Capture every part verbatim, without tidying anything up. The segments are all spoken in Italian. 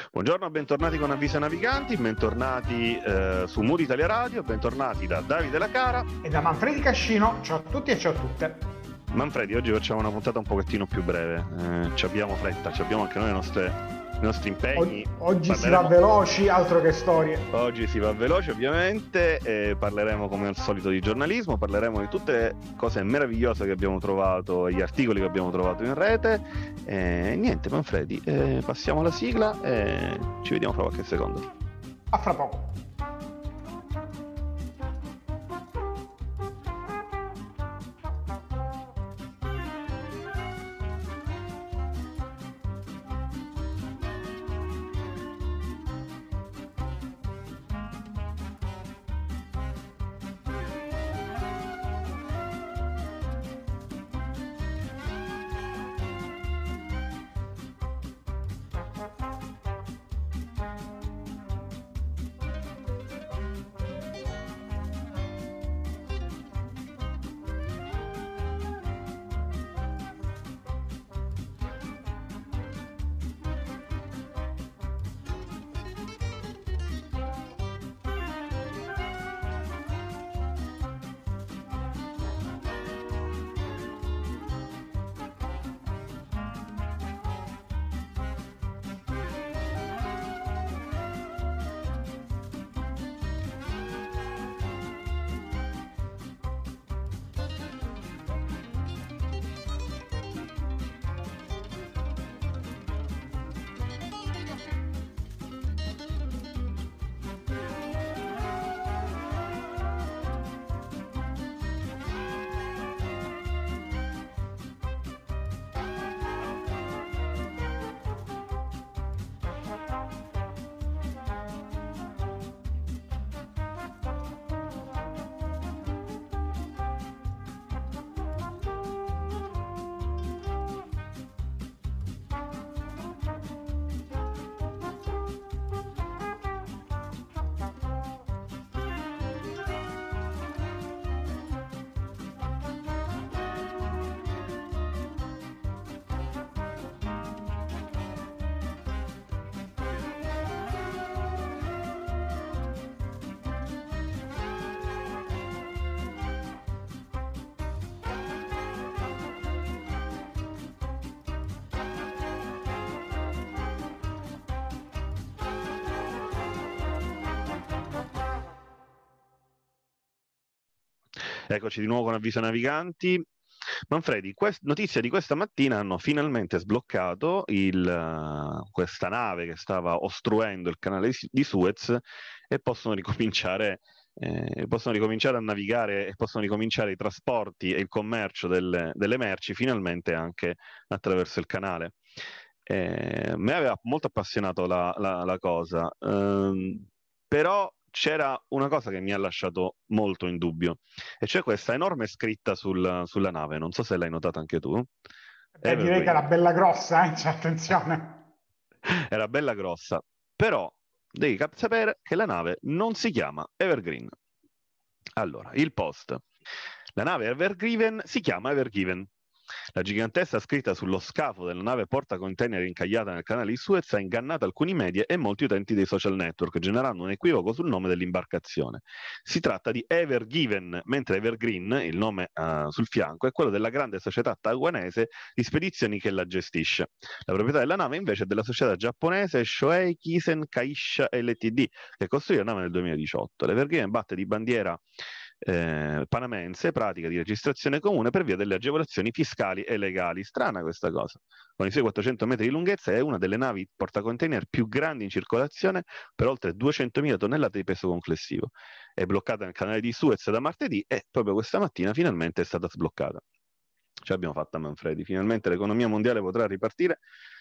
Buongiorno, bentornati con Avviso Naviganti, bentornati eh, su Mood Italia Radio, bentornati da Davide La Cara e da Manfredi Cascino. Ciao a tutti e ciao a tutte. Manfredi, oggi facciamo una puntata un pochettino più breve, eh, ci abbiamo fretta, ci abbiamo anche noi le nostre i nostri impegni. O- oggi parleremo... si va veloci, altro che storie. Oggi si va veloci ovviamente, e parleremo come al solito di giornalismo, parleremo di tutte le cose meravigliose che abbiamo trovato, gli articoli che abbiamo trovato in rete. E niente Manfredi, eh, passiamo alla sigla e ci vediamo fra qualche secondo. A fra poco. Eccoci di nuovo con Avviso Naviganti. Manfredi, quest- notizia di questa mattina: hanno finalmente sbloccato il, uh, questa nave che stava ostruendo il canale di, di Suez e possono ricominciare, eh, possono ricominciare a navigare e possono ricominciare i trasporti e il commercio delle, delle merci finalmente anche attraverso il canale. Eh, me aveva molto appassionato la, la, la cosa, ehm, però c'era una cosa che mi ha lasciato molto in dubbio, e cioè questa enorme scritta sul- sulla nave. Non so se l'hai notata anche tu. Beh, direi che Evergreen. era bella grossa, eh? Cioè, attenzione. Era bella grossa, però devi cap- sapere che la nave non si chiama Evergreen. Allora, il post. La nave Evergiven si chiama Evergiven. La gigantesca scritta sullo scafo della nave portacontainer incagliata nel canale di Suez ha ingannato alcuni media e molti utenti dei social network, generando un equivoco sul nome dell'imbarcazione. Si tratta di Evergiven, mentre Evergreen, il nome uh, sul fianco, è quello della grande società taiwanese di spedizioni che la gestisce. La proprietà della nave invece è della società giapponese Shoei Kisen Kaisha Ltd, che costruì la nave nel duemiladiciotto. L'Evergiven batte di bandiera Eh, panamense, pratica di registrazione comune per via delle agevolazioni fiscali e legali. Strana questa cosa. Con i suoi quattrocento metri di lunghezza è una delle navi portacontainer più grandi in circolazione, per oltre duecentomila tonnellate di peso complessivo. È bloccata nel canale di Suez da martedì e proprio questa mattina finalmente è stata sbloccata. Ce l'abbiamo fatta, Manfredi, finalmente l'economia mondiale potrà ripartire.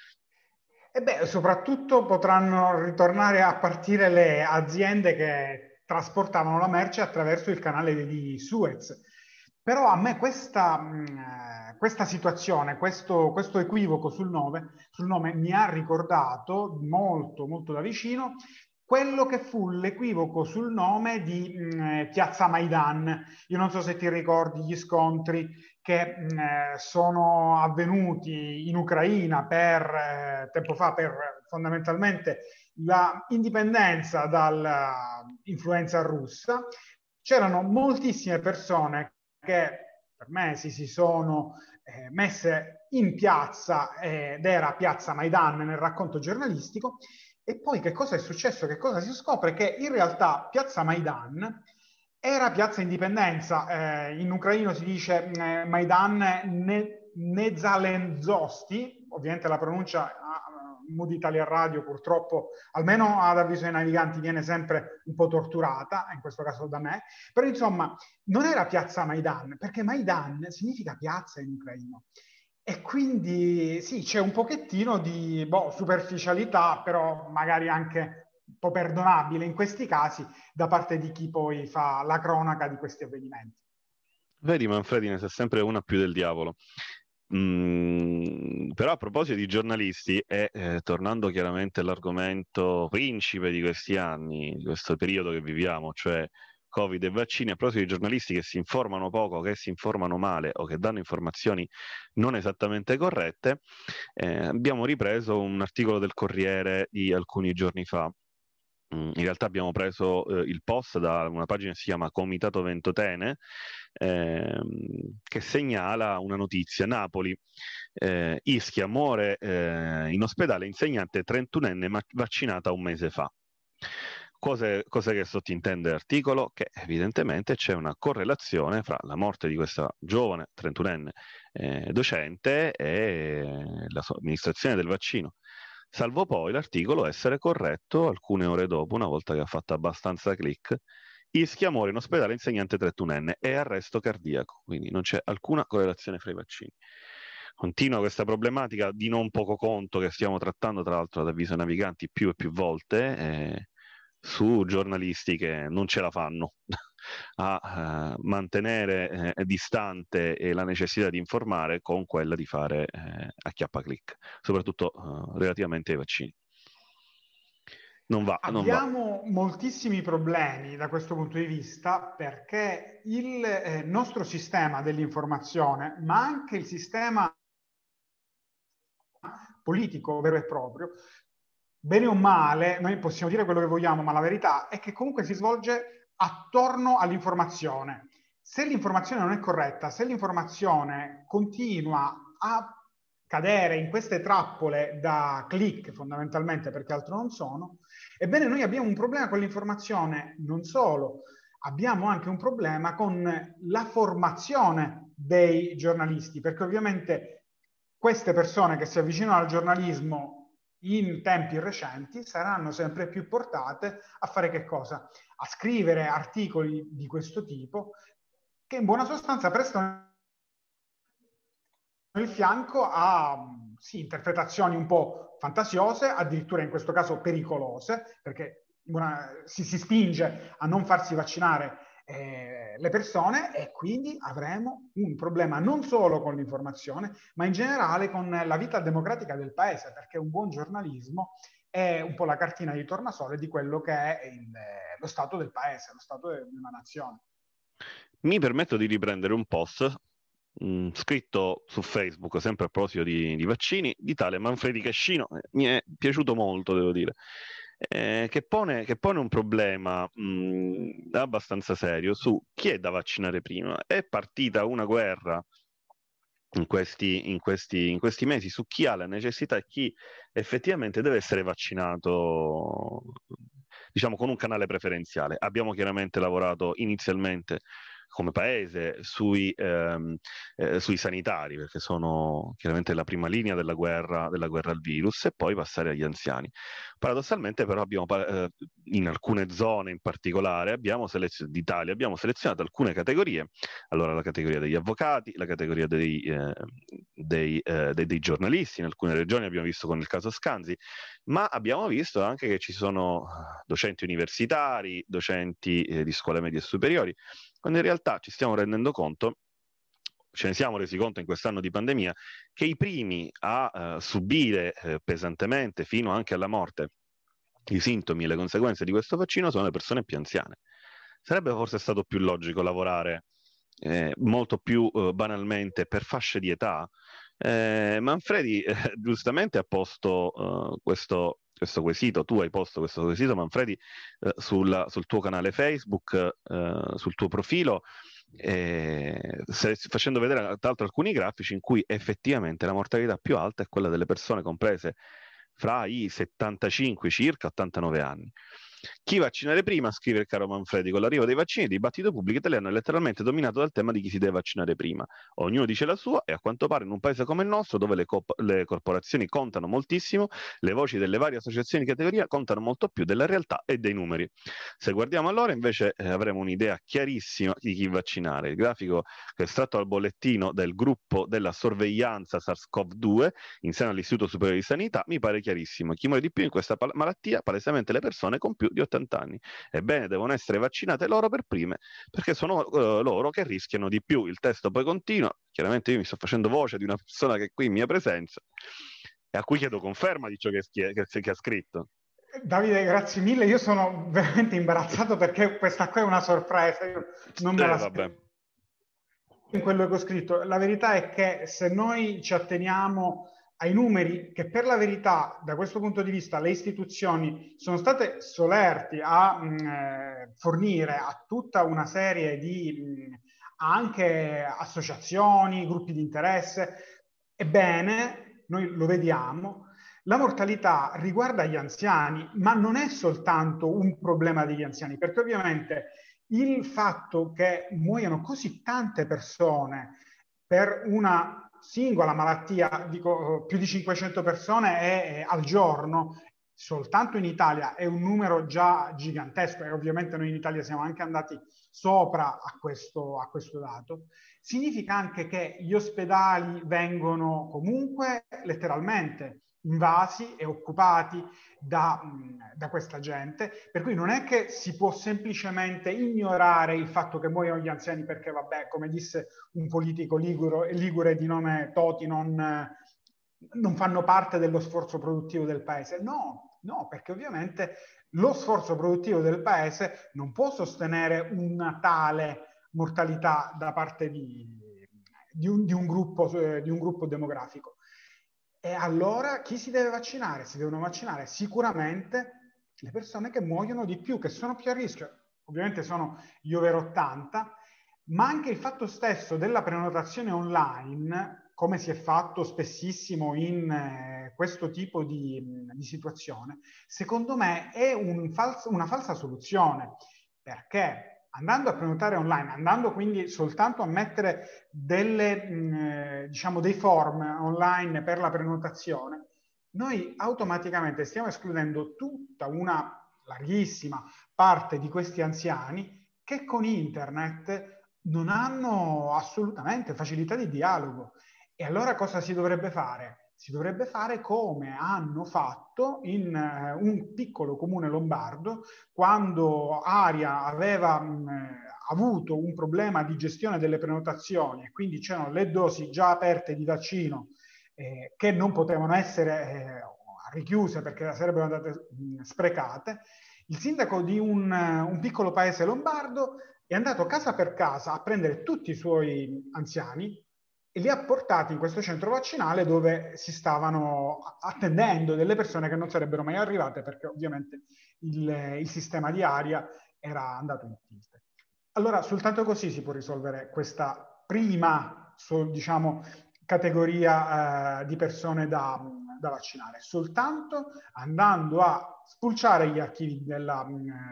E beh, soprattutto potranno ritornare a partire le aziende che trasportavano la merce attraverso il canale di Suez. Però a me questa, mh, questa situazione, questo, questo equivoco sul nome, sul nome mi ha ricordato molto, molto da vicino quello che fu l'equivoco sul nome di mh, Piazza Maidan. Io non so se ti ricordi gli scontri che mh, sono avvenuti in Ucraina per, eh, tempo fa per fondamentalmente la indipendenza dall'influenza russa, c'erano moltissime persone che per mesi si sono eh, messe in piazza, ed era Piazza Maidan nel racconto giornalistico. E poi che cosa è successo? Che cosa si scopre? Che in realtà Piazza Maidan era Piazza Indipendenza, eh, in ucraino si dice eh, Maidan ne, Nezalenzosti, ovviamente la pronuncia uh, Mood Italia Radio purtroppo, almeno ad avviso dei naviganti, viene sempre un po' torturata, in questo caso da me, però insomma non era Piazza Maidan, perché Maidan significa piazza in ucraino. E quindi sì, c'è un pochettino di boh, superficialità, però magari anche un po' perdonabile in questi casi da parte di chi poi fa la cronaca di questi avvenimenti. Vedi, Manfredi ne sa sempre una più del diavolo. Mm, però a proposito di giornalisti e eh, tornando chiaramente all'argomento principe di questi anni, di questo periodo che viviamo, cioè Covid e vaccini, a proposito di giornalisti che si informano poco, che si informano male o che danno informazioni non esattamente corrette, eh, abbiamo ripreso un articolo del Corriere di alcuni giorni fa. In realtà abbiamo preso eh, il post da una pagina che si chiama Comitato Ventotene, ehm, che segnala una notizia. Napoli, eh, Ischia, muore eh, in ospedale insegnante trentunenne ma- vaccinata un mese fa. Cos'è, cos'è che sottintende l'articolo? Che evidentemente c'è una correlazione fra la morte di questa giovane trentunenne eh, docente e la somministrazione del vaccino. Salvo poi l'articolo essere corretto alcune ore dopo, una volta che ha fatto abbastanza click. Ischia muore in ospedale insegnante trentunenne e arresto cardiaco, quindi non c'è alcuna correlazione fra i vaccini. Continua questa problematica di non poco conto che stiamo trattando, tra l'altro, ad Avviso Naviganti più e più volte, eh, su giornalisti che non ce la fanno a uh, mantenere eh, distante eh, la necessità di informare con quella di fare eh, a chiappa-click, soprattutto uh, relativamente ai vaccini. Non va, non va. Abbiamo moltissimi problemi da questo punto di vista perché il eh, nostro sistema dell'informazione, ma anche il sistema politico vero e proprio, bene o male, noi possiamo dire quello che vogliamo, ma la verità è che comunque si svolge attorno all'informazione. Se l'informazione non è corretta, se l'informazione continua a cadere in queste trappole da click fondamentalmente, perché altro non sono, ebbene noi abbiamo un problema con l'informazione. Non solo, abbiamo anche un problema con la formazione dei giornalisti, perché ovviamente queste persone che si avvicinano al giornalismo in tempi recenti saranno sempre più portate a fare che cosa? A scrivere articoli di questo tipo che in buona sostanza prestano il fianco a sì, interpretazioni un po' fantasiose, addirittura in questo caso pericolose, perché una, si, si spinge a non farsi vaccinare eh, le persone e quindi avremo un problema non solo con l'informazione, ma in generale con la vita democratica del paese, perché un buon giornalismo è un po' la cartina di tornasole di quello che è il, lo stato del paese, lo stato di una nazione. Mi permetto di riprendere un post mh, scritto su Facebook, sempre a proposito di, di vaccini, di tale Manfredi Cascino. Mi è piaciuto molto, devo dire. Eh, che, pone, che pone un problema mh, abbastanza serio su chi è da vaccinare prima. È partita una guerra in questi, in questi, in questi mesi su chi ha la necessità e chi effettivamente deve essere vaccinato, diciamo, con un canale preferenziale. Abbiamo chiaramente lavorato inizialmente come paese sui, ehm, eh, sui sanitari, perché sono chiaramente la prima linea della guerra, della guerra al virus, e poi passare agli anziani. Paradossalmente però abbiamo, eh, in alcune zone in particolare abbiamo selezio- d'Italia abbiamo selezionato alcune categorie, allora la categoria degli avvocati, la categoria dei, eh, dei, eh, dei, dei giornalisti, in alcune regioni abbiamo visto con il caso Scanzi, ma abbiamo visto anche che ci sono docenti universitari, docenti eh, di scuole medie e superiori, quando in realtà ci stiamo rendendo conto, ce ne siamo resi conto in quest'anno di pandemia, che i primi a uh, subire eh, pesantemente, fino anche alla morte, i sintomi e le conseguenze di questo vaccino sono le persone più anziane. Sarebbe forse stato più logico lavorare eh, molto più eh, banalmente per fasce di età. Eh, Manfredi eh, giustamente ha posto uh, questo questo quesito, tu hai posto questo quesito, Manfredi, eh, sul, sul tuo canale Facebook, eh, sul tuo profilo, eh, se, facendo vedere tra l'altro alcuni grafici in cui effettivamente la mortalità più alta è quella delle persone comprese fra i settantacinque circa ottantanove anni. Chi vaccinare prima, scrive il caro Manfredi, con l'arrivo dei vaccini il dibattito pubblico italiano è letteralmente dominato dal tema di chi si deve vaccinare prima. Ognuno dice la sua e a quanto pare in un paese come il nostro, dove le, co- le corporazioni contano moltissimo, le voci delle varie associazioni di categoria contano molto più della realtà e dei numeri. Se guardiamo allora invece eh, avremo un'idea chiarissima di chi vaccinare. Il grafico che è estratto dal bollettino del gruppo della sorveglianza SARS-CoV due in seno all'Istituto Superiore di Sanità mi pare chiarissimo. Chi muore di più in questa pal- malattia palesemente le persone con più di ottanta anni. Ebbene, devono essere vaccinate loro per prime, perché sono uh, loro che rischiano di più. Il testo poi continua, chiaramente io mi sto facendo voce di una persona che è qui in mia presenza e a cui chiedo conferma di ciò che, che, che ha scritto. Davide, grazie mille, io sono veramente imbarazzato perché questa qua è una sorpresa, io non me eh, l'aspettavo. In quello che ho scritto, la verità è che se noi ci atteniamo ai numeri, che per la verità da questo punto di vista le istituzioni sono state solerti a mh, eh, fornire a tutta una serie di mh, anche associazioni, gruppi di interesse, ebbene, noi lo vediamo, la mortalità riguarda gli anziani, ma non è soltanto un problema degli anziani, perché ovviamente il fatto che muoiano così tante persone per una singola malattia, dico più di cinquecento persone è, è, al giorno, soltanto in Italia è un numero già gigantesco e ovviamente noi in Italia siamo anche andati sopra a questo, a questo dato, significa anche che gli ospedali vengono comunque letteralmente invasi e occupati da, da questa gente, per cui non è che si può semplicemente ignorare il fatto che muoiono gli anziani perché, vabbè, come disse un politico ligure, ligure di nome Toti, non, non fanno parte dello sforzo produttivo del paese. No, no, perché ovviamente lo sforzo produttivo del paese non può sostenere una tale mortalità da parte di, di, un, di, un, gruppo, di un gruppo demografico. E allora chi si deve vaccinare? Si devono vaccinare sicuramente le persone che muoiono di più, che sono più a rischio. Ovviamente sono gli over ottanta, ma anche il fatto stesso della prenotazione online, come si è fatto spessissimo in eh, questo tipo di, di situazione, secondo me è un falso, una falsa soluzione, perché andando a prenotare online, andando quindi soltanto a mettere delle, mh, diciamo, dei form online per la prenotazione, noi automaticamente stiamo escludendo tutta una larghissima parte di questi anziani che con internet non hanno assolutamente facilità di dialogo. E allora cosa si dovrebbe fare? Si dovrebbe fare come hanno fatto in uh, un piccolo comune lombardo quando Aria aveva mh, avuto un problema di gestione delle prenotazioni e quindi c'erano le dosi già aperte di vaccino eh, che non potevano essere eh, richiuse perché sarebbero andate mh, sprecate. Il sindaco di un, un piccolo paese lombardo è andato casa per casa a prendere tutti i suoi anziani e li ha portati in questo centro vaccinale dove si stavano attendendo delle persone che non sarebbero mai arrivate perché ovviamente il, il sistema di Aria era andato in tilt. Allora, soltanto così si può risolvere questa prima, so, diciamo, categoria eh, di persone da, da vaccinare, soltanto andando a spulciare gli archivi della,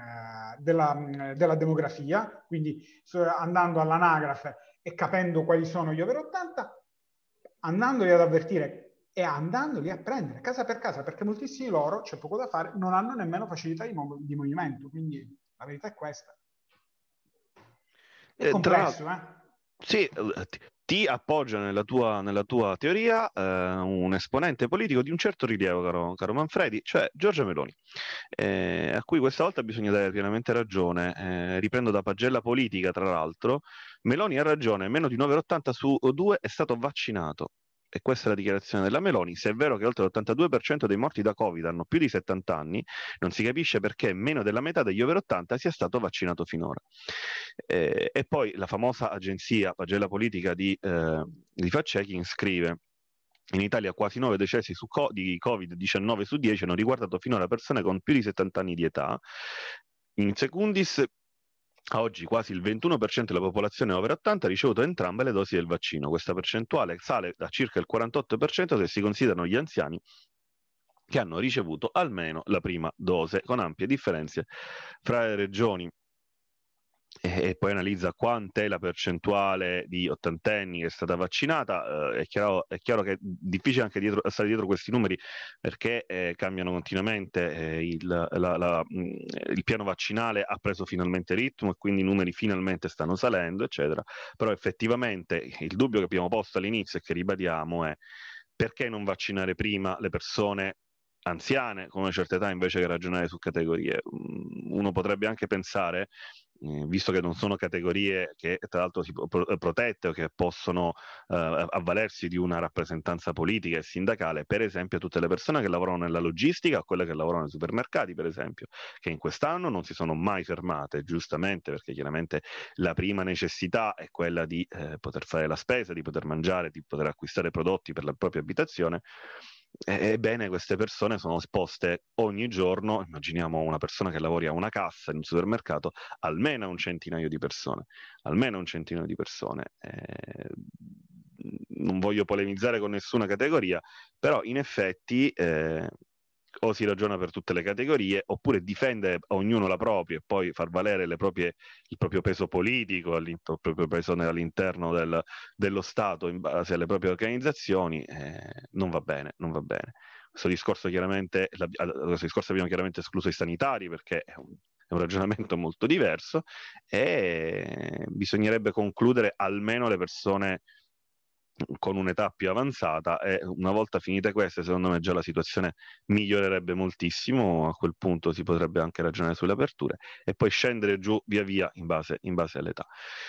della, della demografia, quindi andando all'anagrafe e capendo quali sono gli over ottanta, andandoli ad avvertire e andandoli a prendere casa per casa, perché moltissimi loro, c'è poco da fare, non hanno nemmeno facilità di, mo- di movimento, quindi la verità è questa. È complesso, eh? Sì, ti appoggio nella tua, nella tua teoria eh, un esponente politico di un certo rilievo, caro, caro Manfredi, cioè Giorgia Meloni, eh, a cui questa volta bisogna dare pienamente ragione. Eh, riprendo da pagella politica, tra l'altro. Meloni ha ragione, meno di nove virgola ottanta su due è stato vaccinato. E questa è la dichiarazione della Meloni. Se è vero che oltre l'ottantadue per cento dei morti da Covid hanno più di settanta anni, non si capisce perché meno della metà degli over ottanta sia stato vaccinato finora. Eh, e poi la famosa agenzia Pagella Politica di, eh, di fact-checking scrive: In Italia quasi nove decessi su co- di covid diciannove su dieci hanno riguardato finora persone con più di settanta anni di età. In secundis, a oggi quasi il ventuno per cento della popolazione over ottanta ha ricevuto entrambe le dosi del vaccino. Questa percentuale sale da circa il quarantotto per cento se si considerano gli anziani che hanno ricevuto almeno la prima dose, con ampie differenze fra le regioni. E poi analizza quant'è la percentuale di ottantenni che è stata vaccinata. Eh, è, chiaro, è chiaro che è difficile anche dietro, stare dietro questi numeri, perché eh, cambiano continuamente. Eh, il, la, la, il piano vaccinale ha preso finalmente ritmo e quindi i numeri finalmente stanno salendo, eccetera. Però effettivamente il dubbio che abbiamo posto all'inizio e che ribadiamo è: perché non vaccinare prima le persone anziane con una certa età invece che ragionare su categorie? Uno potrebbe anche pensare, eh, visto che non sono categorie che tra l'altro si pro- protette o che possono eh, avvalersi di una rappresentanza politica e sindacale, per esempio tutte le persone che lavorano nella logistica o quelle che lavorano nei supermercati, per esempio, che in quest'anno non si sono mai fermate, giustamente, perché chiaramente la prima necessità è quella di eh, poter fare la spesa, di poter mangiare, di poter acquistare prodotti per la propria abitazione. Ebbene, queste persone sono esposte ogni giorno, immaginiamo una persona che lavori a una cassa in un supermercato, almeno un centinaio di persone, almeno un centinaio di persone. Eh, non voglio polemizzare con nessuna categoria, però in effetti eh, o si ragiona per tutte le categorie, oppure difende ognuno la propria e poi far valere le proprie, il proprio peso politico, il proprio peso all'interno del, dello Stato in base alle proprie organizzazioni. Eh, non va bene, non va bene. Questo discorso chiaramente, questo discorso abbiamo chiaramente escluso i sanitari, perché è un, è un ragionamento molto diverso, e bisognerebbe concludere almeno le persone con un'età più avanzata, e una volta finite queste, secondo me già la situazione migliorerebbe moltissimo. A quel punto si potrebbe anche ragionare sulle aperture e poi scendere giù via via in base, in base all'età.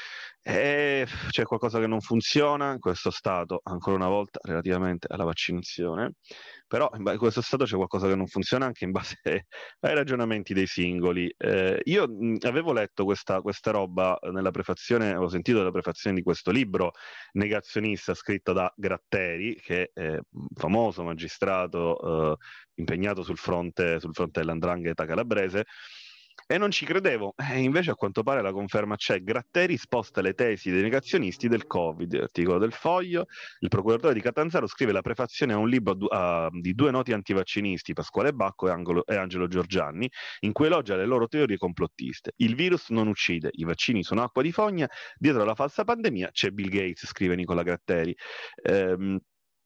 E c'è qualcosa che non funziona in questo stato, ancora una volta, relativamente alla vaccinazione, però in questo stato c'è qualcosa che non funziona anche in base ai ragionamenti dei singoli. Eh, io mh, avevo letto questa, questa roba nella prefazione, avevo sentito la prefazione di questo libro negazionista scritto da Gratteri, che è un famoso magistrato eh, impegnato sul fronte, sul fronte dell'andrangheta calabrese, e non ci credevo. E invece a quanto pare la conferma c'è. Gratteri sposta le tesi dei negazionisti del Covid. Articolo del Foglio: il procuratore di Catanzaro scrive la prefazione a un libro a du- a, di due noti antivaccinisti, Pasquale Bacco e, Angolo, e Angelo Giorgianni, in cui elogia le loro teorie complottiste. Il virus non uccide, i vaccini sono acqua di fogna, dietro la falsa pandemia c'è Bill Gates, scrive Nicola Gratteri. Ehm,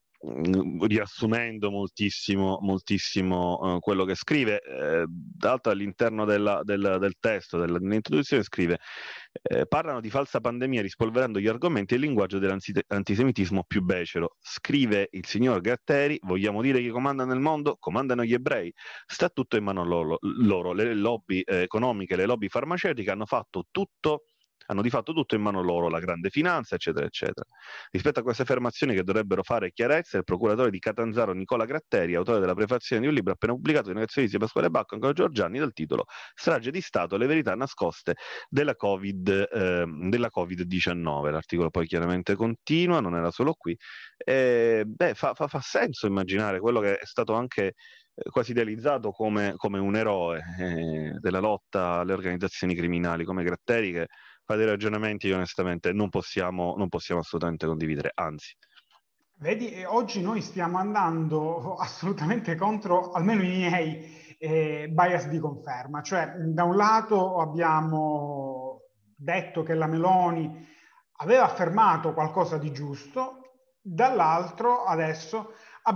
riassumendo moltissimo, moltissimo uh, quello che scrive. Eh, d'altro all'interno della, del, del testo, dell'introduzione, scrive: eh, parlano di falsa pandemia rispolverando gli argomenti e il linguaggio dell'antisemitismo più becero. Scrive il signor Gratteri: vogliamo dire che comandano il mondo? Comandano gli ebrei. Sta tutto in mano loro. loro. Le lobby eh, economiche, le lobby farmaceutiche hanno fatto tutto hanno di fatto tutto in mano loro, la grande finanza, eccetera, eccetera. Rispetto a queste affermazioni che dovrebbero fare chiarezza, il procuratore di Catanzaro Nicola Gratteri, autore della prefazione di un libro appena pubblicato di negazionisti di Pasquale Bacco e Angelo Giorgianni, dal titolo Strage di Stato, le verità nascoste della COVID, eh, della covid diciannove. L'articolo poi chiaramente continua, non era solo qui. E, beh, fa, fa, fa senso immaginare quello che è stato anche quasi idealizzato come, come un eroe eh, della lotta alle organizzazioni criminali, come Gratteri, che fa dei ragionamenti che onestamente non possiamo, non possiamo assolutamente condividere, anzi. Vedi, oggi noi stiamo andando assolutamente contro almeno i miei eh, bias di conferma. Cioè, da un lato abbiamo detto che la Meloni aveva affermato qualcosa di giusto, dall'altro adesso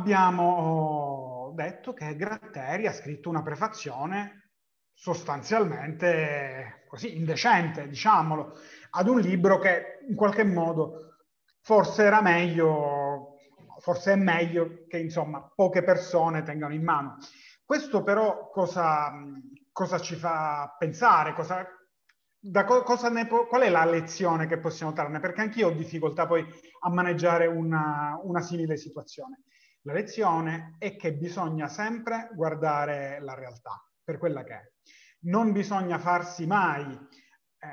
abbiamo detto che Gratteri ha scritto una prefazione sostanzialmente così indecente, diciamolo, ad un libro che in qualche modo forse era meglio, forse è meglio che insomma poche persone tengano in mano. Questo però cosa, cosa ci fa pensare? Cosa, da co- cosa ne po- qual è la lezione che possiamo trarne? Perché anch'io ho difficoltà poi a maneggiare una, una simile situazione. La lezione è che bisogna sempre guardare la realtà per quella che è. Non bisogna farsi mai eh,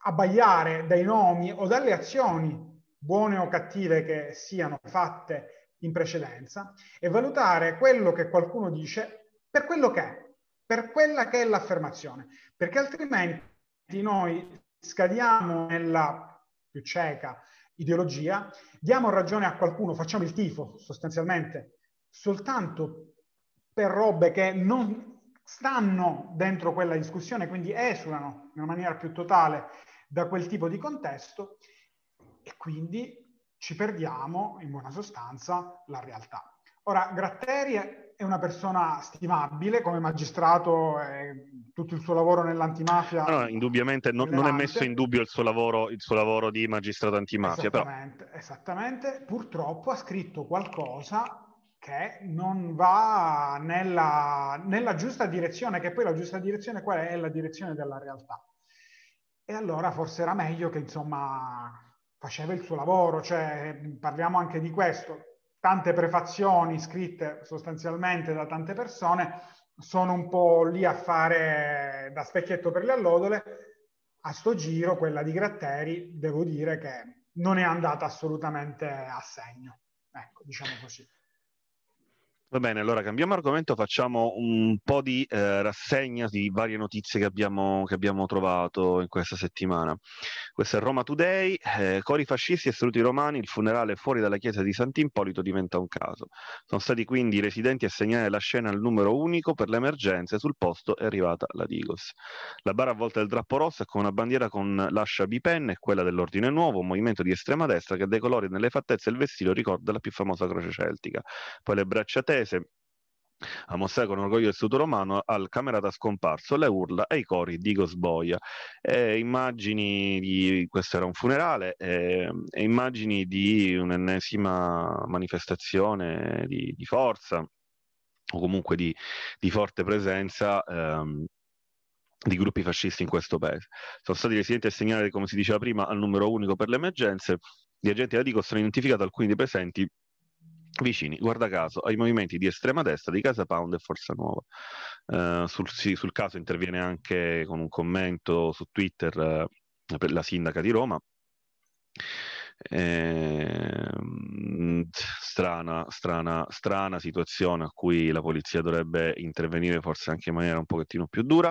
abbagliare dai nomi o dalle azioni, buone o cattive che siano fatte in precedenza e valutare quello che qualcuno dice per quello che è, per quella che è l'affermazione, perché altrimenti noi scadiamo nella più cieca ideologia, diamo ragione a qualcuno, facciamo il tifo sostanzialmente soltanto per robe che non stanno dentro quella discussione, quindi esulano in una maniera più totale da quel tipo di contesto e quindi ci perdiamo in buona sostanza la realtà. Ora, Gratteri è una persona stimabile come magistrato, eh, tutto il suo lavoro nell'antimafia No, no, indubbiamente no, non è messo in rilevante. dubbio il suo lavoro, il suo lavoro di magistrato antimafia, però Esattamente, esattamente. Purtroppo ha scritto qualcosa che non va nella, nella giusta direzione, che poi la giusta direzione qual è? È la direzione della realtà. E allora forse era meglio che insomma faceva il suo lavoro, cioè parliamo anche di questo. Tante prefazioni scritte sostanzialmente da tante persone sono un po' lì a fare da specchietto per le allodole. A sto giro quella di Gratteri devo dire che non è andata assolutamente a segno, ecco, diciamo così. va bene, allora cambiamo argomento, facciamo un po' di eh, rassegna di varie notizie che abbiamo, che abbiamo trovato in questa settimana. Questo è Roma Today, eh, cori fascisti e saluti romani, il funerale fuori dalla chiesa di Sant'Ippolito diventa un caso. Sono stati quindi i residenti a segnare la scena al numero unico per le emergenze, sul posto è arrivata la Digos. La bara avvolta del drappo rosso è con una bandiera con l'ascia bipenne e quella dell'Ordine Nuovo, un movimento di estrema destra che dai colori nelle fattezze del vestito ricorda la più famosa croce celtica. Poi le braccia tese a mostrare con orgoglio il saluto romano al camerata scomparso, le urla e i cori di Gosboia. E immagini di questo era un funerale e, e immagini di un'ennesima manifestazione di, di forza o comunque di, di forte presenza ehm, di gruppi fascisti in questo paese. Sono stati residenti assegnati, come si diceva prima, al numero unico per le emergenze. Gli agenti della Digos hanno identificato alcuni dei presenti vicini, guarda caso, ai movimenti di estrema destra di Casa Pound e Forza Nuova. Uh, sul, sì, sul caso interviene anche con un commento su Twitter uh, per la sindaca di Roma. Eh, strana, strana, strana situazione a cui la polizia dovrebbe intervenire forse anche in maniera un pochettino più dura.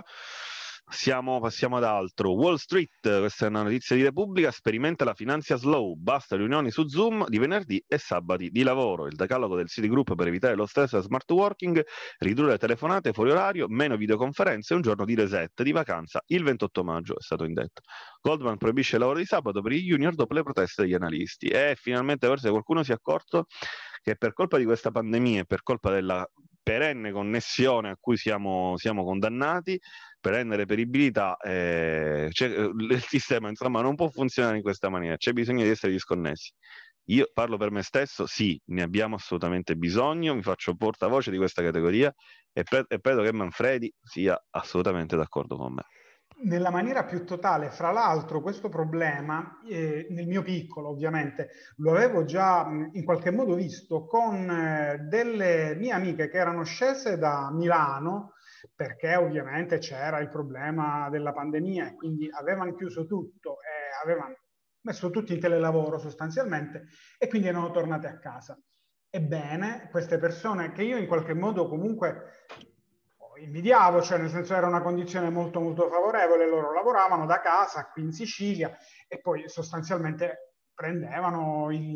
Siamo, passiamo ad altro. Wall Street, questa è una notizia di Repubblica, sperimenta la finanza slow, basta riunioni su Zoom di venerdì e sabati di lavoro. Il decalogo del Citigroup per evitare lo stress da smart working, ridurre le telefonate fuori orario, meno videoconferenze e un giorno di reset di vacanza il ventotto maggio, è stato indetto. Goldman proibisce il lavoro di sabato per i junior dopo le proteste degli analisti e finalmente forse qualcuno si è accorto che per colpa di questa pandemia e per colpa della perenne connessione a cui siamo, siamo condannati, perenne reperibilità, eh, il sistema insomma non può funzionare in questa maniera, c'è bisogno di essere disconnessi. Io parlo per me stesso, sì, ne abbiamo assolutamente bisogno, mi faccio portavoce di questa categoria e, pre- e credo che Manfredi sia assolutamente d'accordo con me. Nella maniera più totale, fra l'altro, questo problema, eh, nel mio piccolo ovviamente, lo avevo già mh, in qualche modo visto con eh, delle mie amiche che erano scese da Milano, perché ovviamente c'era il problema della pandemia e quindi avevano chiuso tutto e avevano messo tutti in telelavoro sostanzialmente e quindi erano tornate a casa. Ebbene, queste persone che io in qualche modo comunque invidiavo, cioè nel senso era una condizione molto molto favorevole, loro lavoravano da casa qui in Sicilia e poi sostanzialmente prendevano il,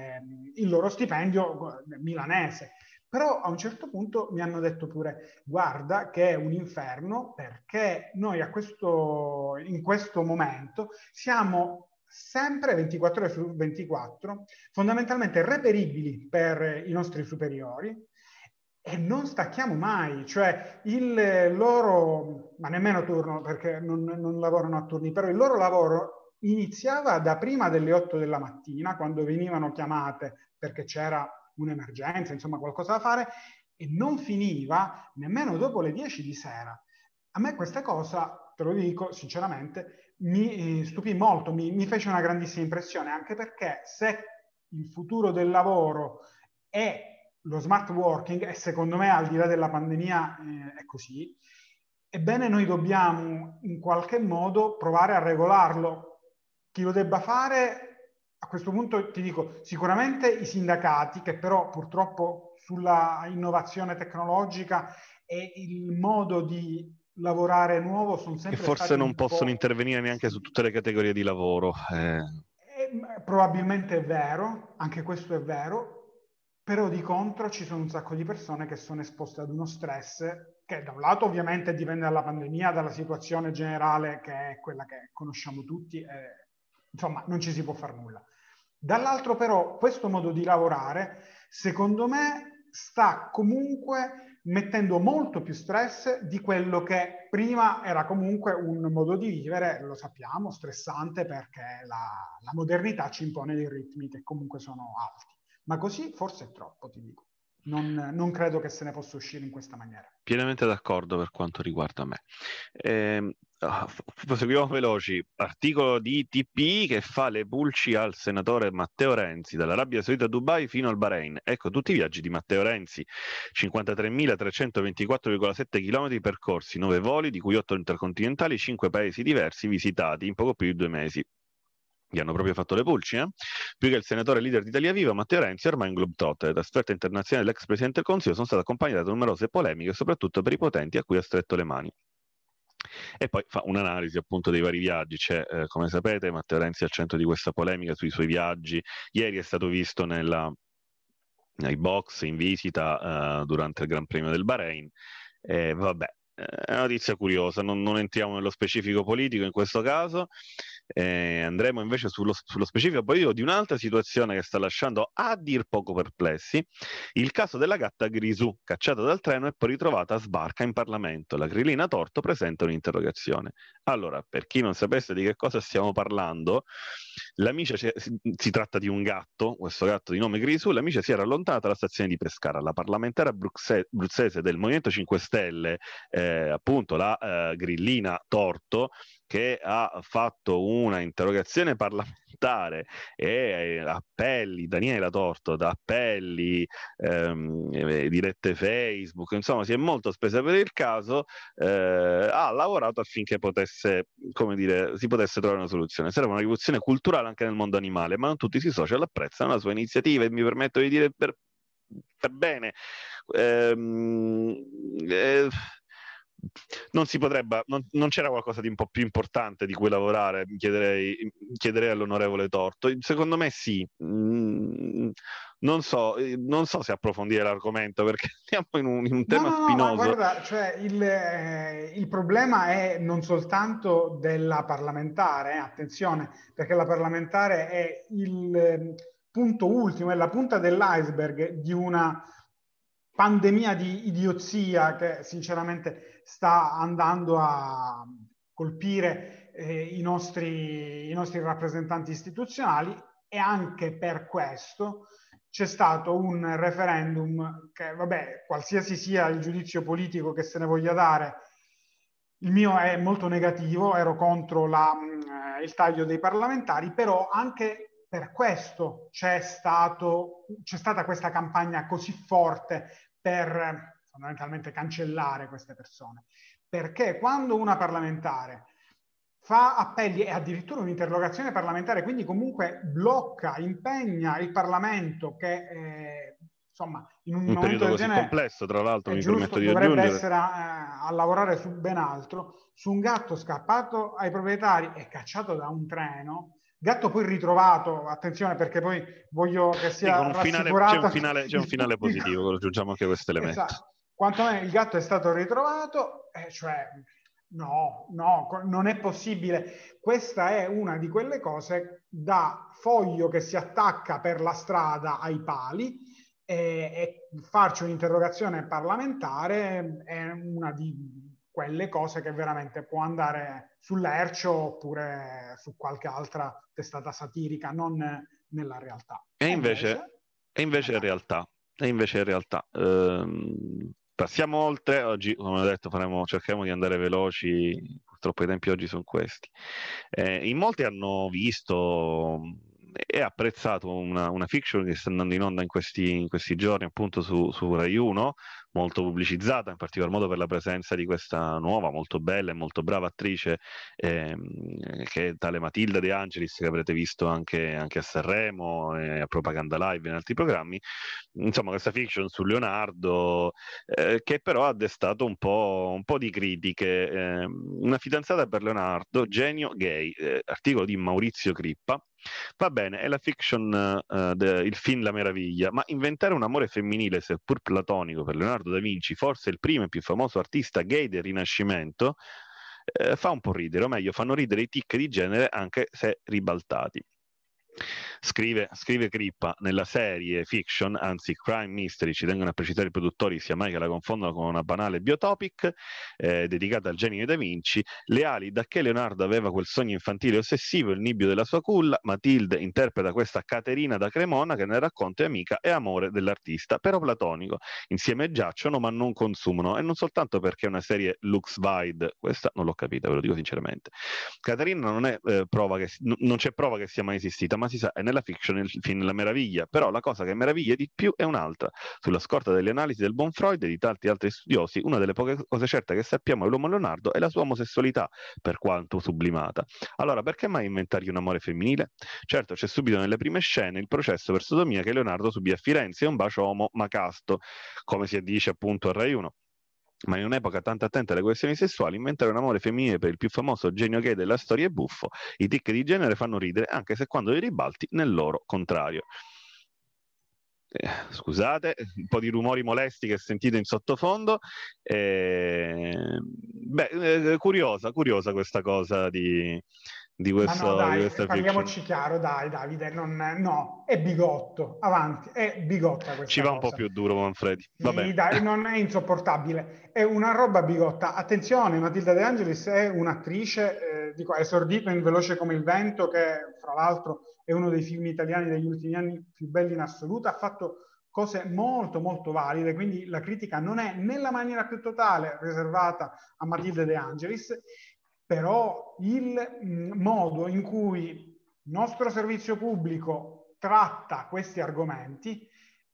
il loro stipendio milanese. Però a un certo punto mi hanno detto pure guarda che è un inferno perché noi a questo, in questo momento siamo sempre ventiquattro ore su ventiquattro fondamentalmente reperibili per i nostri superiori e non stacchiamo mai, cioè il loro, ma nemmeno turno perché non, non lavorano a turni, però il loro lavoro iniziava da prima delle otto della mattina quando venivano chiamate perché c'era un'emergenza, insomma qualcosa da fare e non finiva nemmeno dopo le dieci di sera. A me questa cosa, te lo dico sinceramente, mi stupì molto, mi, mi fece una grandissima impressione, anche perché se il futuro del lavoro è lo smart working, e secondo me al di là della pandemia eh, è così, ebbene noi dobbiamo in qualche modo provare a regolarlo. Chi lo debba fare a questo punto ti dico, sicuramente i sindacati, che però purtroppo sulla innovazione tecnologica e il modo di lavorare nuovo sono Che sempre forse stati non un possono po'... intervenire neanche su tutte le categorie di lavoro. Eh. Eh, probabilmente è vero, anche questo è vero, però di contro ci sono un sacco di persone che sono esposte ad uno stress che da un lato ovviamente dipende dalla pandemia, dalla situazione generale che è quella che conosciamo tutti, e, insomma non ci si può fare nulla. Dall'altro però questo modo di lavorare secondo me sta comunque mettendo molto più stress di quello che prima era comunque un modo di vivere, lo sappiamo, stressante perché la, la modernità ci impone dei ritmi che comunque sono alti. Ma così forse è troppo, ti dico. Non, non credo che se ne possa uscire in questa maniera. Pienamente d'accordo per quanto riguarda me. Eh, proseguiamo veloci. Articolo di T P I che fa le pulci al senatore Matteo Renzi dall'Arabia Saudita a Dubai fino al Bahrain. Ecco tutti i viaggi di Matteo Renzi: cinquantatremilatrecentoventiquattro virgola sette chilometri percorsi, nove voli, di cui otto intercontinentali, cinque paesi diversi visitati in poco più di due mesi. Gli hanno proprio fatto le pulci, eh? Più che il senatore leader di Italia Viva, Matteo Renzi è ormai un globetrotter. Da trasferta internazionale dell'ex Presidente del Consiglio sono state accompagnate da numerose polemiche, soprattutto per i potenti a cui ha stretto le mani. E poi fa un'analisi appunto dei vari viaggi. C'è, eh, come sapete, Matteo Renzi è al centro di questa polemica sui suoi viaggi. Ieri è stato visto nella, nei box in visita uh, durante il Gran Premio del Bahrain. Eh, vabbè, è una notizia curiosa, non, non entriamo nello specifico politico in questo caso, eh, andremo invece sullo, sullo specifico politico di un'altra situazione che sta lasciando a dir poco perplessi: il caso della gatta Grisù, cacciata dal treno e poi ritrovata a sbarca in Parlamento. La grillina Torto presenta un'interrogazione. Allora, per chi non sapesse di che cosa stiamo parlando, l'amica si, si tratta di un gatto, questo gatto di nome Grisù. L'amica si era allontanata dalla stazione di Pescara. La parlamentare abruzzese del Movimento cinque Stelle, eh, appunto la eh, grillina Torto, che ha fatto una interrogazione parlamentare e eh, appelli, Daniela Torto, da appelli, ehm, eh, dirette Facebook, insomma si è molto spesa per il caso, eh, ha lavorato affinché potesse, come dire, si potesse trovare una soluzione. Serve una rivoluzione culturale anche nel mondo animale, ma non tutti i social apprezzano la sua iniziativa e mi permetto di dire per, per bene. Ehm, eh, non si potrebbe, non, non c'era qualcosa di un po' più importante di cui lavorare, chiederei, chiederei all'onorevole Torto. Secondo me sì. Mm, non so, non so se approfondire l'argomento perché siamo in un, in un No, tema no, no, ma spinoso. guarda, cioè il, eh, il problema è non soltanto della parlamentare, eh, attenzione, perché la parlamentare è il eh, punto ultimo, è la punta dell'iceberg di una pandemia di idiozia che sinceramente sta andando a colpire eh, i nostri, i nostri rappresentanti istituzionali, e anche per questo c'è stato un referendum che, vabbè, qualsiasi sia il giudizio politico che se ne voglia dare, il mio è molto negativo, ero contro la, eh, il taglio dei parlamentari, però anche per questo c'è, stato, c'è stata questa campagna così forte per fondamentalmente cancellare queste persone. Perché quando una parlamentare fa appelli e addirittura un'interrogazione parlamentare, quindi comunque blocca, impegna il Parlamento che eh, insomma in un Un momento periodo del così genere complesso, tra l'altro, è mi giusto, permetto di dovrebbe aggiungere. essere a, a lavorare su ben altro, su un gatto scappato ai proprietari e cacciato da un treno. Gatto poi ritrovato, attenzione perché poi voglio che Sì, con sia un finale, c'è un rassicurato finale, c'è un il finale pubblico. positivo, aggiungiamo anche questo elemento. Esatto. Quantomeno il gatto è stato ritrovato, eh, cioè no, no, non è possibile. Questa è una di quelle cose da foglio che si attacca per la strada ai pali, e, e farci un'interrogazione parlamentare è una di quelle cose che veramente può andare sull'Ercio oppure su qualche altra testata satirica, non nella realtà. E E invece, invece, e invece in eh, realtà, e invece in realtà ehm, passiamo oltre. Oggi, come ho detto, faremo, cercheremo di andare veloci, purtroppo i tempi oggi sono questi. Eh, in molti hanno visto e apprezzato una, una fiction che sta andando in onda in questi, in questi giorni, appunto su, su Rai uno, molto pubblicizzata, in particolar modo per la presenza di questa nuova, molto bella e molto brava attrice, ehm, che è tale Matilda De Angelis, che avrete visto anche, anche a Sanremo, e a Propaganda Live e in altri programmi. Insomma, questa fiction su Leonardo, eh, che però ha destato un po', un po' di critiche. Eh, una fidanzata per Leonardo, genio gay, eh, articolo di Maurizio Crippa. Va bene, è la fiction, eh, de- il film La meraviglia, ma inventare un amore femminile, seppur platonico, per Leonardo da Vinci, forse il primo e più famoso artista gay del Rinascimento, eh, fa un po' ridere, o meglio, fanno ridere i tic di genere anche se ribaltati. Scrive, scrive Crippa, nella serie fiction, anzi crime mystery, ci tengono a precisare i produttori sia mai che la confondano con una banale biotopic eh, dedicata al genio Da Vinci, le ali da che Leonardo aveva quel sogno infantile ossessivo, il nibbio della sua culla. Matilde interpreta questa Caterina da Cremona che nel racconto è amica e amore dell'artista, però platonico. Insieme giacciono ma non consumano, e non soltanto perché è una serie Lux Vide, questa non l'ho capita, ve lo dico sinceramente. Caterina non, è, eh, prova che, n- non c'è prova che sia mai esistita, ma si sa, è nella fiction il film La meraviglia. Però la cosa che meraviglia di più è un'altra. Sulla scorta delle analisi del buon Freud e di tanti altri studiosi, una delle poche cose certe che sappiamo dell'uomo Leonardo è la sua omosessualità, per quanto sublimata. Allora, perché mai inventargli un amore femminile? Certo, c'è subito nelle prime scene il processo per sodomia che Leonardo subì a Firenze, e un bacio omo ma casto, come si dice appunto a Rai uno. Ma in un'epoca tanto attenta alle questioni sessuali, inventare un amore femminile per il più famoso genio gay della storia è buffo. I tic di genere fanno ridere, anche se quando li ribalti nel loro contrario. Eh, scusate, un po' di rumori molesti che sentite in sottofondo. Eh, beh, eh, curiosa, curiosa questa cosa di, di, Ma no, questo, di dai, questa fiction. parliamoci chiaro, dai, Davide, non, no, è bigotto, avanti, è bigotta Ci questa va un po' cosa. più duro, Manfredi. Vabbè. Sì, dai, non è insopportabile, è una roba bigotta. Attenzione, Matilda De Angelis è un'attrice, eh, dico, ha esordito in Veloce come il vento, che fra l'altro è uno dei film italiani degli ultimi anni più belli in assoluto, ha fatto cose molto molto valide, quindi la critica non è nella maniera più totale riservata a Matilda De Angelis, però il mh, modo in cui il nostro servizio pubblico tratta questi argomenti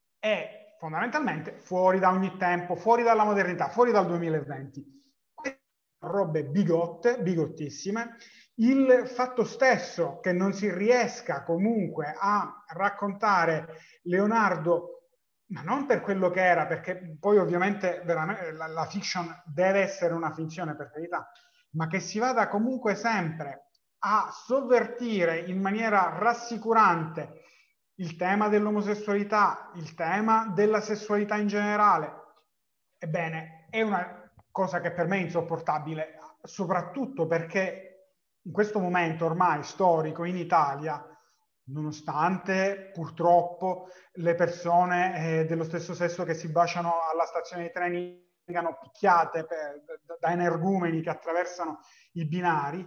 è fondamentalmente fuori da ogni tempo, fuori dalla modernità, fuori dal duemilaventi. Queste robe bigotte, bigottissime. Il fatto stesso che non si riesca comunque a raccontare Leonardo, ma non per quello che era, perché poi ovviamente veramente la, la fiction deve essere una finzione, per carità, ma che si vada comunque sempre a sovvertire in maniera rassicurante il tema dell'omosessualità, il tema della sessualità in generale. Ebbene, è una cosa che per me è insopportabile, soprattutto perché in questo momento ormai storico in Italia, nonostante purtroppo le persone eh, dello stesso sesso che si baciano alla stazione dei treni vengano picchiate per, da energumeni che attraversano i binari,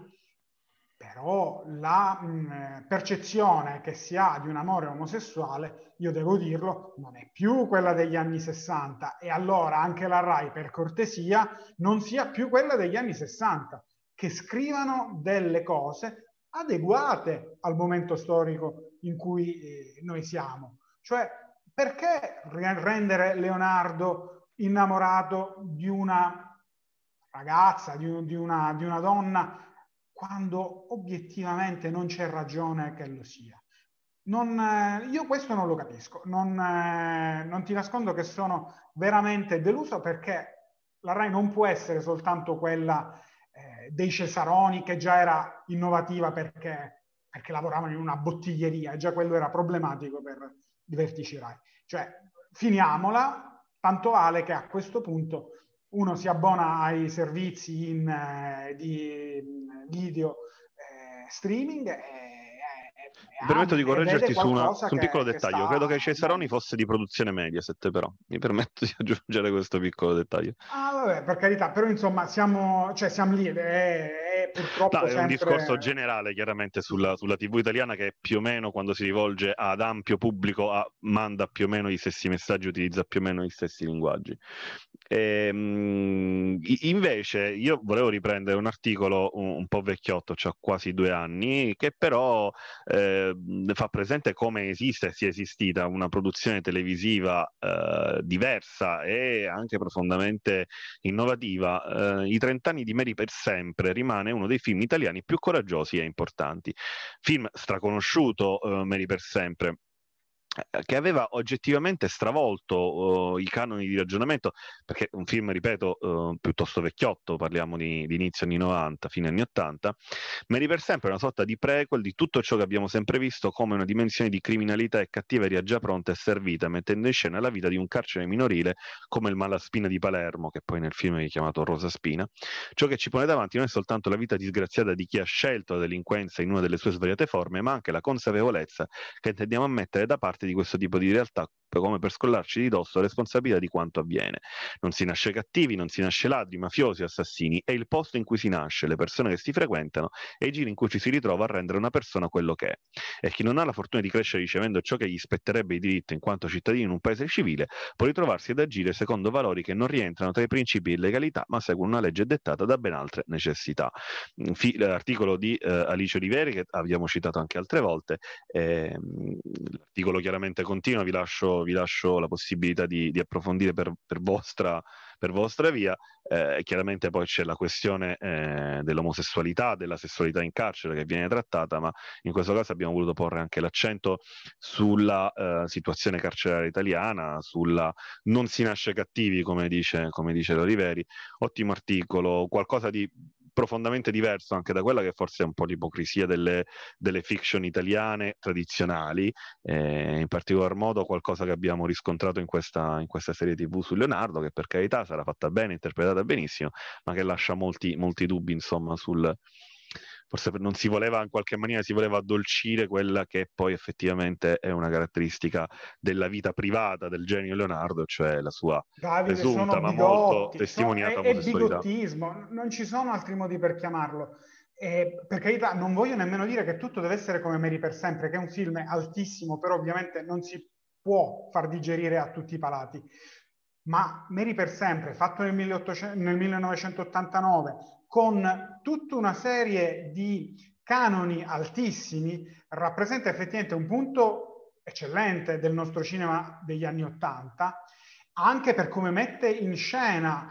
però la mh, percezione che si ha di un amore omosessuale, io devo dirlo, non è più quella degli anni sessanta, e allora anche la RAI, per cortesia, non sia più quella degli anni sessanta, che scrivano delle cose adeguate al momento storico in cui eh, noi siamo. Cioè, perché rendere Leonardo innamorato di una ragazza, di, un, di, una, di una donna, quando obiettivamente non c'è ragione che lo sia? Non, eh, io questo non lo capisco, non, eh, non ti nascondo che sono veramente deluso, perché la RAI non può essere soltanto quella eh, dei Cesaroni, che già era innovativa perché, perché lavoravano in una bottiglieria, e già quello era problematico per i vertici RAI. Cioè, finiamola, tanto vale che a questo punto uno si abbona ai servizi in, eh, di video eh, streaming e, Mi permetto di e vede correggerti su, una, qualcosa su un piccolo che, che dettaglio. sta Credo che Cesaroni andando. fosse di produzione Mediaset, però. Mi permetto di aggiungere questo piccolo dettaglio. Ah, vabbè, per carità, però insomma siamo, cioè, siamo lì, è, è No, purtroppo è un discorso sempre... generale, chiaramente, sulla, Sì. sulla T V italiana, che più o meno, quando si rivolge ad ampio pubblico, a- manda più o meno gli stessi messaggi, utilizza più o meno gli stessi linguaggi. Ehm, i- invece, io volevo riprendere un articolo un, un po' vecchiotto, cioè quasi due anni, che però eh, eh, fa presente come esiste e sia esistita una produzione televisiva eh, diversa e anche profondamente innovativa. Eh, I trent'anni di Mary per sempre rimane uno dei film italiani più coraggiosi e importanti. Film straconosciuto, eh, Mary per sempre, che aveva oggettivamente stravolto uh, i canoni di ragionamento, perché un film, ripeto, uh, piuttosto vecchiotto, parliamo di, di inizio anni novanta, fine anni ottanta, Mary per sempre è una sorta di prequel di tutto ciò che abbiamo sempre visto come una dimensione di criminalità e cattiveria già pronta e servita, mettendo in scena la vita di un carcere minorile come il Malaspina di Palermo, che poi nel film è chiamato Rosa Spina. Ciò che ci pone davanti non è soltanto la vita disgraziata di chi ha scelto la delinquenza in una delle sue svariate forme, ma anche la consapevolezza che tendiamo a mettere da parte di questo tipo di realtà come per scollarci di dosso la responsabilità di quanto avviene. Non si nasce cattivi, non si nasce ladri, mafiosi, assassini, è il posto in cui si nasce, le persone che si frequentano e i giri in cui ci si ritrova a rendere una persona quello che è. E chi non ha la fortuna di crescere ricevendo ciò che gli spetterebbe di diritto in quanto cittadino in un paese civile, può ritrovarsi ad agire secondo valori che non rientrano tra i principi di legalità, ma seguono una legge dettata da ben altre necessità. L'articolo di eh, Alice Oliveri, che abbiamo citato anche altre volte, eh, l'articolo chiaramente continua, vi lascio vi lascio la possibilità di, di approfondire per, per, vostra, per vostra via. Eh, chiaramente poi c'è la questione eh, dell'omosessualità, della sessualità in carcere che viene trattata, ma in questo caso abbiamo voluto porre anche l'accento sulla eh, situazione carceraria italiana, sulla non si nasce cattivi, come dice, come dice Oliveri. Ottimo articolo, qualcosa di profondamente diverso anche da quella che forse è un po' l'ipocrisia delle, delle fiction italiane tradizionali, eh, in particolar modo qualcosa che abbiamo riscontrato in questa, in questa serie tivù su Leonardo, che per carità sarà fatta bene, interpretata benissimo, ma che lascia molti, molti dubbi, insomma, sul... Forse non si voleva, in qualche maniera, si voleva addolcire quella che poi effettivamente è una caratteristica della vita privata del genio Leonardo, cioè la sua Davide, presunta sono ma molto bigotti, so- testimoniata è, è omosessualità. bigottismo, non ci sono altri modi per chiamarlo. E, per carità, non voglio nemmeno dire che tutto deve essere come Mary per sempre, che è un film altissimo, però ovviamente non si può far digerire a tutti i palati. Ma Mary per sempre, fatto nel, milleottocento, nel millenovecentottantanove, con tutta una serie di canoni altissimi, rappresenta effettivamente un punto eccellente del nostro cinema degli anni Ottanta, anche per come mette in scena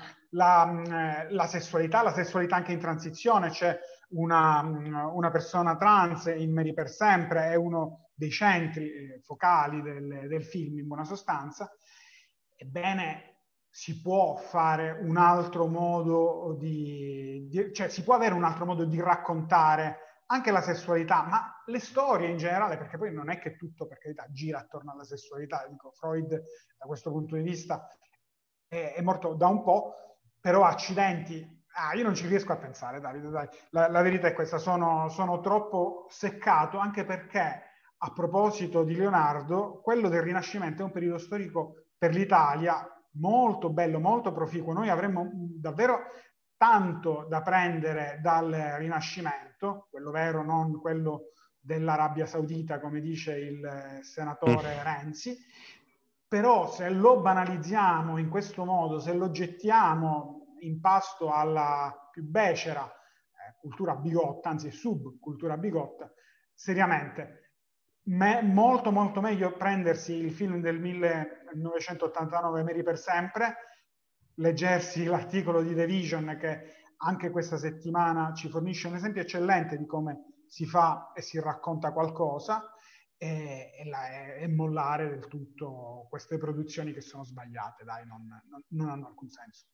la, la sessualità, la sessualità anche in transizione. C'è una, una persona trans in Mary per sempre, è uno dei centri focali del, del film in buona sostanza. Ebbene, si può fare un altro modo di, di, cioè si può avere un altro modo di raccontare anche la sessualità, ma le storie in generale, perché poi non è che tutto, per carità, gira attorno alla sessualità. Dico, Freud da questo punto di vista è, è morto da un po', però accidenti, ah, io non ci riesco a pensare, Davide, dai. La, la verità è questa, sono, sono troppo seccato, anche perché a proposito di Leonardo, quello del Rinascimento è un periodo storico per l'Italia molto bello, molto proficuo. Noi avremmo davvero tanto da prendere dal Rinascimento, quello vero, non quello dell'Arabia Saudita, come dice il senatore Renzi. Però se lo banalizziamo in questo modo, se lo gettiamo in pasto alla più becera eh, cultura bigotta, anzi subcultura bigotta, seriamente Me, molto molto meglio prendersi il film del millenovecentottantanove Mary per sempre, leggersi l'articolo di The Vision che anche questa settimana ci fornisce un esempio eccellente di come si fa e si racconta qualcosa, e, e, la, e mollare del tutto queste produzioni che sono sbagliate, dai, non, non, non hanno alcun senso.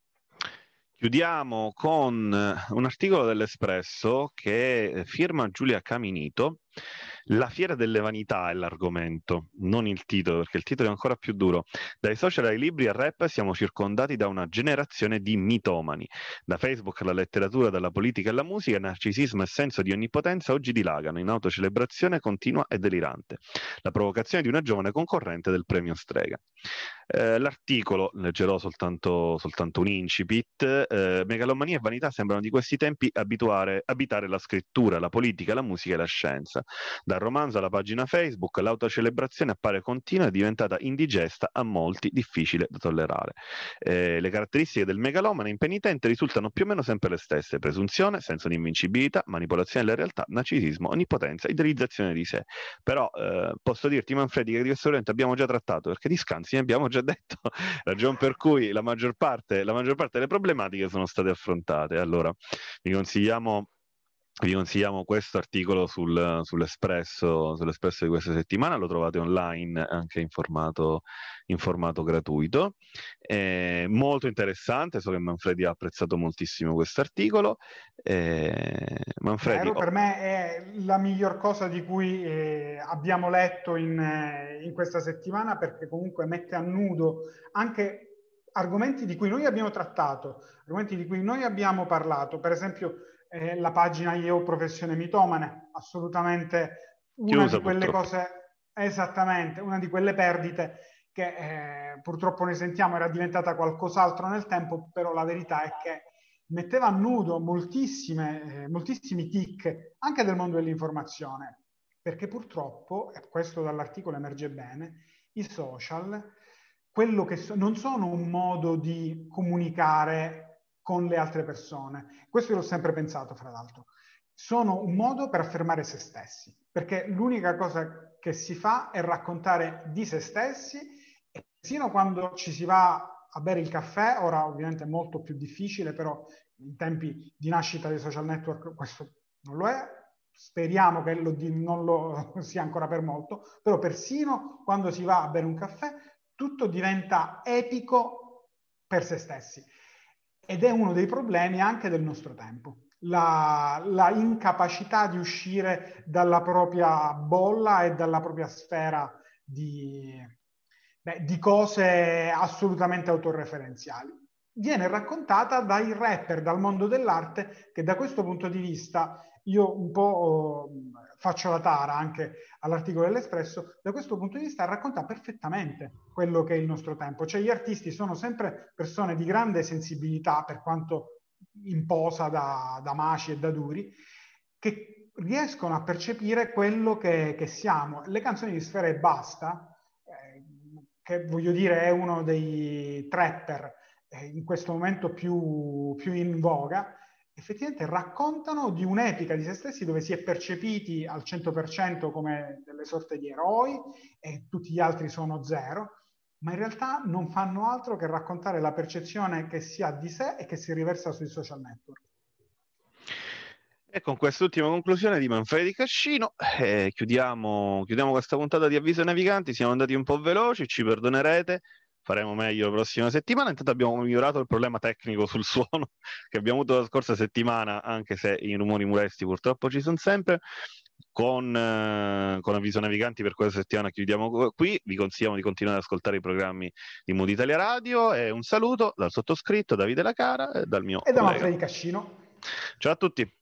Chiudiamo con un articolo dell'Espresso che firma Giulia Caminito. La fiera delle vanità è l'argomento, non il titolo, perché il titolo è ancora più duro. Dai social ai libri al rap siamo circondati da una generazione di mitomani. Da Facebook alla letteratura, dalla politica alla musica, narcisismo e senso di onnipotenza oggi dilagano in autocelebrazione continua e delirante. La provocazione di una giovane concorrente del premio Strega. Eh, l'articolo, leggerò soltanto, soltanto un incipit, eh, megalomania e vanità sembrano di questi tempi abituare, abitare la scrittura, la politica, la musica e la scienza. Dal romanzo alla pagina Facebook, l'autocelebrazione appare continua e è diventata indigesta a molti, difficile da tollerare. Eh, le caratteristiche del megalomane impenitente risultano più o meno sempre le stesse: presunzione, senso di invincibilità, manipolazione della realtà, narcisismo, onnipotenza, idealizzazione di sé. Però eh, posso dirti, Manfredi, che di questo argomento abbiamo già trattato, perché di Scanzi ne abbiamo già detto, ragion per cui la maggior parte, la maggior parte delle problematiche sono state affrontate. Allora, vi consigliamo vi consigliamo questo articolo sul, sull'Espresso, sull'Espresso di questa settimana, lo trovate online anche in formato, in formato gratuito. È molto interessante, so che Manfredi ha apprezzato moltissimo questo articolo. Eh, Manfredi, Vero, oh, per me è la miglior cosa di cui eh, abbiamo letto in, eh, in questa settimana, perché comunque mette a nudo anche argomenti di cui noi abbiamo trattato, argomenti di cui noi abbiamo parlato. Per esempio, eh, la pagina Io Professione Mitomane, assolutamente una chiusa di quelle purtroppo. cose, esattamente, una di quelle perdite che eh, purtroppo ne sentiamo, era diventata qualcos'altro nel tempo, però la verità è che metteva a nudo moltissime, eh, moltissimi tic anche del mondo dell'informazione, perché purtroppo, e questo dall'articolo emerge bene, i social quello che so, non sono un modo di comunicare con le altre persone. Questo io l'ho sempre pensato, fra l'altro. Sono un modo per affermare se stessi, perché l'unica cosa che si fa è raccontare di se stessi, e persino quando ci si va a bere il caffè, ora ovviamente è molto più difficile, però in tempi di nascita dei social network questo non lo è, speriamo che lo, non lo sia ancora per molto, però persino quando si va a bere un caffè tutto diventa epico per se stessi, ed è uno dei problemi anche del nostro tempo. La, la incapacità di uscire dalla propria bolla e dalla propria sfera di, beh, di cose assolutamente autoreferenziali. Viene raccontata dai rapper, dal mondo dell'arte, che da questo punto di vista io un po' oh, faccio la tara anche all'articolo dell'Espresso, da questo punto di vista racconta perfettamente quello che è il nostro tempo. Cioè gli artisti sono sempre persone di grande sensibilità, per quanto imposa da, da Maci e da Duri, che riescono a percepire quello che, che siamo. Le canzoni di Sfera e Basta, eh, che voglio dire è uno dei trapper eh, in questo momento più, più in voga, effettivamente raccontano di un'epica di se stessi dove si è percepiti al cento per cento come delle sorte di eroi e tutti gli altri sono zero, ma in realtà non fanno altro che raccontare la percezione che si ha di sé e che si riversa sui social network. E con quest'ultima conclusione di Manfredi Cascino eh, chiudiamo, chiudiamo questa puntata di Avviso ai Naviganti. Siamo andati un po' veloci, ci perdonerete, faremo meglio la prossima settimana. Intanto abbiamo migliorato il problema tecnico sul suono che abbiamo avuto la scorsa settimana, anche se i rumori molesti purtroppo ci sono sempre. Con, eh, con Avviso Naviganti per questa settimana chiudiamo qui. Vi consigliamo di continuare ad ascoltare i programmi di Mood Italia Radio, e un saluto dal sottoscritto Davide La Cara e dal mio E da collega. Manfredi Cascino. Ciao a tutti.